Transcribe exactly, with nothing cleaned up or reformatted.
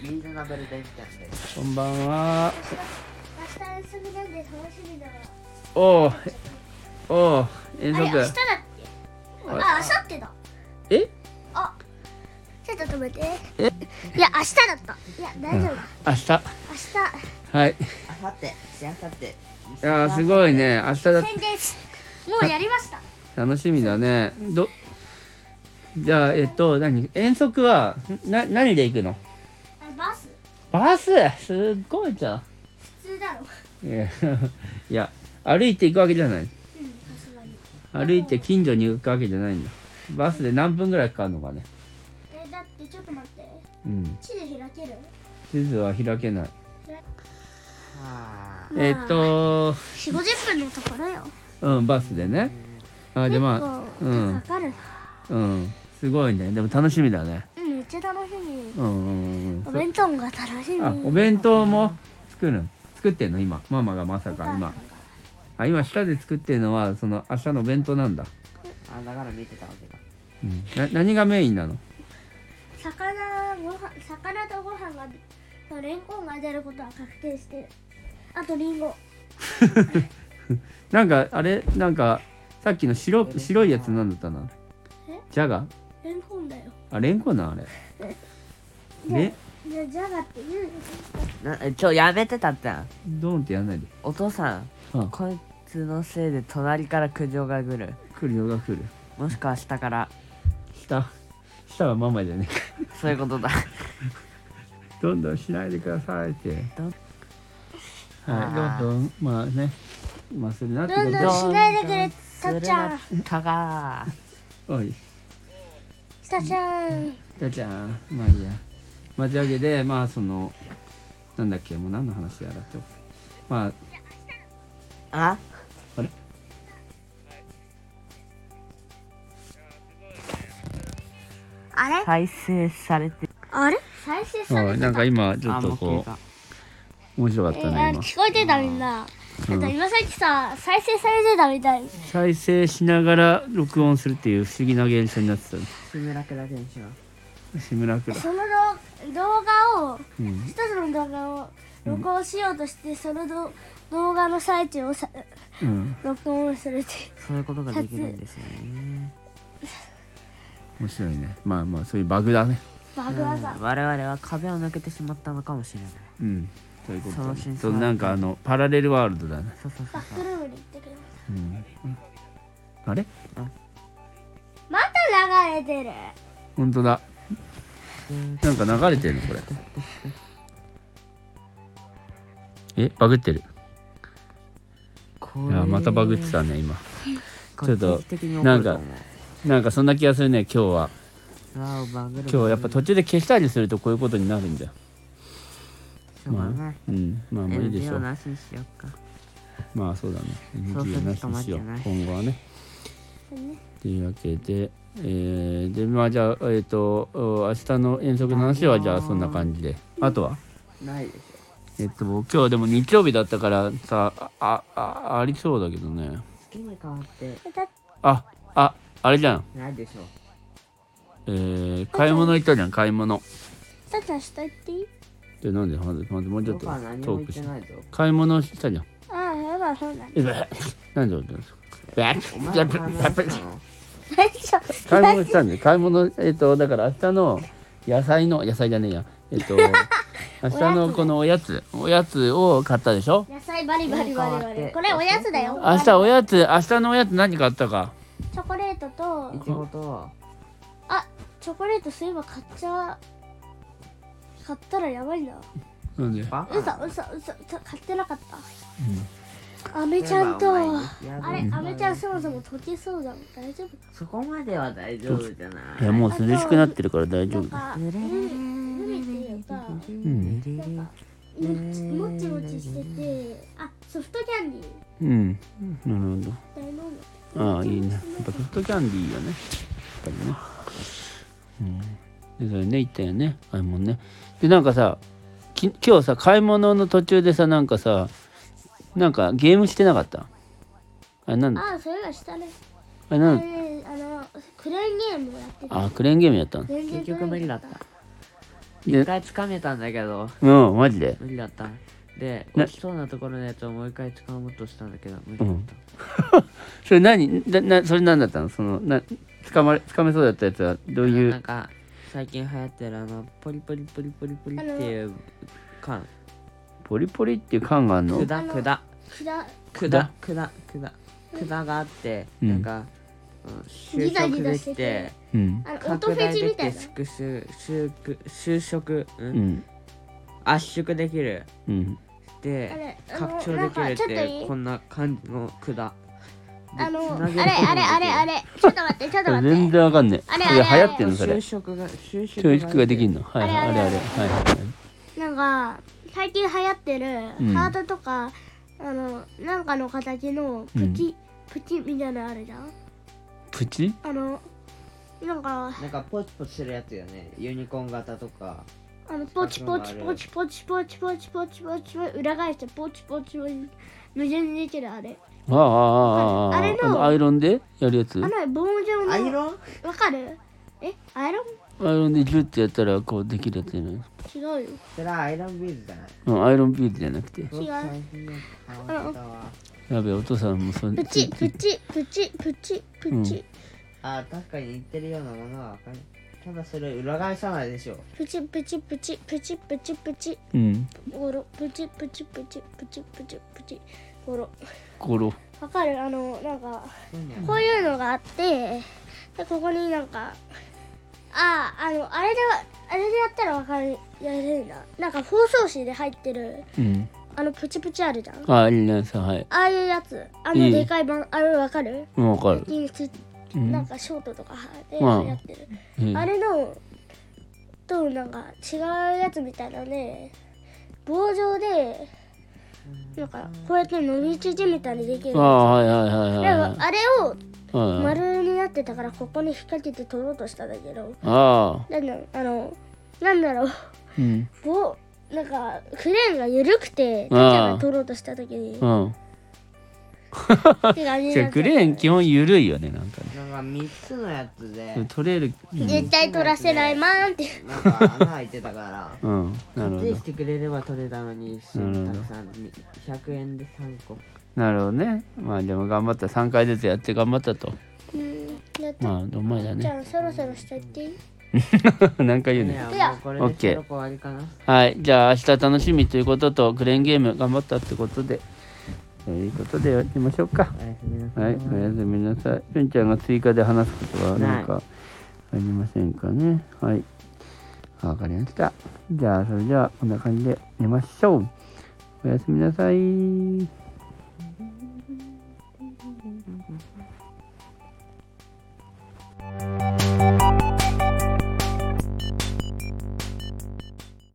リーズナブル電気なんで。 こんばんは。 明日遠足なんで楽しみだわ。 おおおお遠足。 あれ明日だっけ？あ、明後日だ。 え？ あ、ちょっと止めて。 え？ いや明日だった。いや大丈夫。 明日。 明日。 はい。 あさって、しあさって。 いやーすごいね。明日だ。 宣伝し。もうやりました。 楽しみだね。ど。じゃあえっと何遠足はな何で行くの？ あ、バス。 バス。すっごいじゃん。 普通だろ。 いやいや歩いて行くわけじゃない。 うん、さすがに。 歩いて近所に行くわけじゃないんだ。バスで何分ぐらいかかるのかね。 え、だってちょっと待って。 うん。 地図開ける？ 地図は開けない。 はあ。 えっとよん、ごじゅっぷんのところよ。 うんバスでね。あでまあう結構んかかるな。 うんすごいね。でも楽しみだね。 うん、めっちゃ楽しみ。 うんうんうん。 お弁当が楽しみ。 あお弁当も作る作ってんの今ママがまさか今あ今下で作ってるのはその明日のお弁当なんだ。 あ、だから見てたわけだ。 うんな何がメインなの？ 魚ご飯魚とご飯がとレンコンが出ることは確定してる。あとリンゴ。 なんかあれなんかさっきの白白いやつなんだったな。 えジャガ？ レンコンだよ。 あレンコンなあれ。ねじゃジャガって言うの？ な、えちょ、やめてたってん。 ドーンってやんないで。 お父さん、 うんこいつのせいで隣から苦情が来る。 来るよが来る。 もしくは下から。 下下はママじゃねえか。 そういうことだ。 どんどんしないでくださいって。 どんはいどんどんまあねまあするなってことで。 どんどんしないでくれたっちゃん。 たがおいたっちゃん。 じゃじゃんまあいいや。まあというわけでまあそのなんだっけもう何の話やらってまあああれあれ？ 再生されてあれ？再生されてた。 あなんか今ちょあ、 っとこもう消えた。 う面白かったえーあね今。 聞こえてたみんな。 うんえっと今さっきさ再生されてたみたい。 再生しながら録音するっていう不思議な現象になってたね。 シムラクラ現象。 志村くら。 その動動画をうん一つの動画を録音しようとしてそのど動画の最中をさうん録音するっていう。 そういうことができるんですよね。 面白いね。まあまあそういうバグだね。 バグ技。 我々は壁を抜けてしまったのかもしれない。 うんそういうことだね。 その真相そうなんかあのパラレルワールドだね。 そうそうそうそう。 バックルームに行ってくれます。 うんあれまた流れてる。 本当だ。なんか流れてるのこれ。えバグってる。いやまたバグってたね今。ちょっとなんかなんかそんな気がするね今日は。今日はやっぱ途中で消したりするとこういうことになるんだよ。まあうんまあもういいでしょう。 なしにしようか。 まあそうだね。 そうするエヌジー なしとにしよう待って今後はね。 ねというわけで、えー、でまあじゃあえっ、とお明日の遠足の話はじゃあそんな感じで。あとはないでしえっと今日でも日曜日だったからさああありそうだけどね。 ょ。月に変わってだあああれじゃん。 ないでしょ。 えー、買い物行ったじゃん買い物。 たっちゃん下行っていい？ でなんでまずまずもうちょっと僕は何も言っトークしててないぞ。 買い物したじゃん。 ああやばいそうだ。 えばなんでなんですか。 お前は買い物したの？ 大丈夫。 買い物したんで買い物えっ、とだから明日の野菜の野菜じゃねえやえっ、と明日のこのおやつおやつを買ったでしょ。 野菜バリバリバリバリ。これおやつだよ。 明日おやつ明日のおやつ何買ったか。 チョコレートといちごとあチョコレートそういえば買っちゃ買ったらやばいな。 なんで。 バうそうそうそ買ってなかった。アメちゃんとあれアメちゃんそもそも溶けそうだもん大丈夫か？ そこまでは大丈夫じゃないいやもう涼しくなってるから大丈夫。 なんか海海っていうかうんなんかももちもちしててあソフトキャンディーうんなるほど。 大飲む。 ああいいね。やっぱソフトキャンディーよね。やっぱりね。うん。でそれね言ったよね買い物ね。でなんかさき今日さ買い物の途中でさなんかさなんかゲームしてなかった？あれなんだ？ ああそれはしたね。 あれなんだ？ あれあのクレーンゲームをやってた。 あクレーンゲームやったの。 全然結局無理だった。 一回掴めたんだけどうんマジで無理だった。でな落ちそうなところのやつをもう一回掴もうとしたんだけど無理だった。 それ何ななそれ何だったのそのな掴まれ掴めそうだったやつはどういうなんか最近流行ってるあのポリポリポリポリポリっていう缶。 ポリポリっていう缶があるの管管ひだ管管管管があって、 うんなんか、うん、収縮できてうんあの音フェ拡大できチみたいな。 て縮収収収縮、う、 うんん圧縮できるうんあでれあの拡張できるっなんかちょっといいてこんな感じの管。 あのあれつなげることもできるあれあれあれちょっと待ってちょっと待って。 全然わかんねえあれそれあれ流行ってんのそれ収縮が収縮教育ができんの。 のはいはいあれあれあれあれはいはいなんか最近流行ってるうんハートとか、あのなんかの形のプチ、プチみたいなのあるじゃん。 プチあのなんかなんかポチポチするやつよね。ユニコーン型とか。 あのポチポチポチポチポチポチポチポチポチ裏返してポチポチポチ無限にできるあれ。 あああああああれののアイロンでやるやつあの棒状のアイロン？ わかる？えアイロン？ アイロンでギュッてやったらこうできるやつじゃない違うよ。 それはアイロンビーズじゃない。 うんアイロンビーズじゃなくて違う。 あのやべえお父さんもそんプチプチプチプチプチあ、確かに似てるようなものはわかる。ただそれ裏返さないでしょ。 プチプチプチプチプチプチうんゴロプチプチプチプチプチプチゴロ。 ゴロわかる？あのなんかこういうのがあってでここになんかああのあれであれでやったらわかるやれるんだ。なんか包装紙で入ってるうんあのプチプチあるじゃん。 ああいいねさはいああいうやつあいいのでかい版あれわかる？ うんわかる最近うんなんかショートとかで流まあ行ってる、 うんあれのとなんか違うやつみたいなので棒状でなんかこうやって伸び縮みたいにできるああはいはいはいはいではいもあれをはいはい丸になってたからここに引っ掛けて取ろうとしたんだけどああなんだあのなんだろううん棒なんかクレーンが緩くてたっちゃんが取ろうとした時にうん手がじゃあクレーン基本緩いよねなんかねなんかみっつのやつで取れるうん絶対取らせないマーンってなんか穴開いてたからうんなるほど買ってきてくれれば取れたのにたなるほどくさんひゃくえんでさんこ。 なるほどねまあでも頑張ったさんかいずつやって頑張ったとうんやった、 まあどんまいだじゃねあそろそろしていっていい？ 何回言ういねやもうこれオッケーで収録終わりかな。 はいじゃあ明日楽しみということとクレーンゲーム頑張ったってことでということでやりましょうかおやすみなさい。 はいおやすみなさいしゅんちゃんが追加で話すことは何かありませんかねはいわかりましたじゃあそれじゃあこんな感じで寝ましょうおやすみなさい。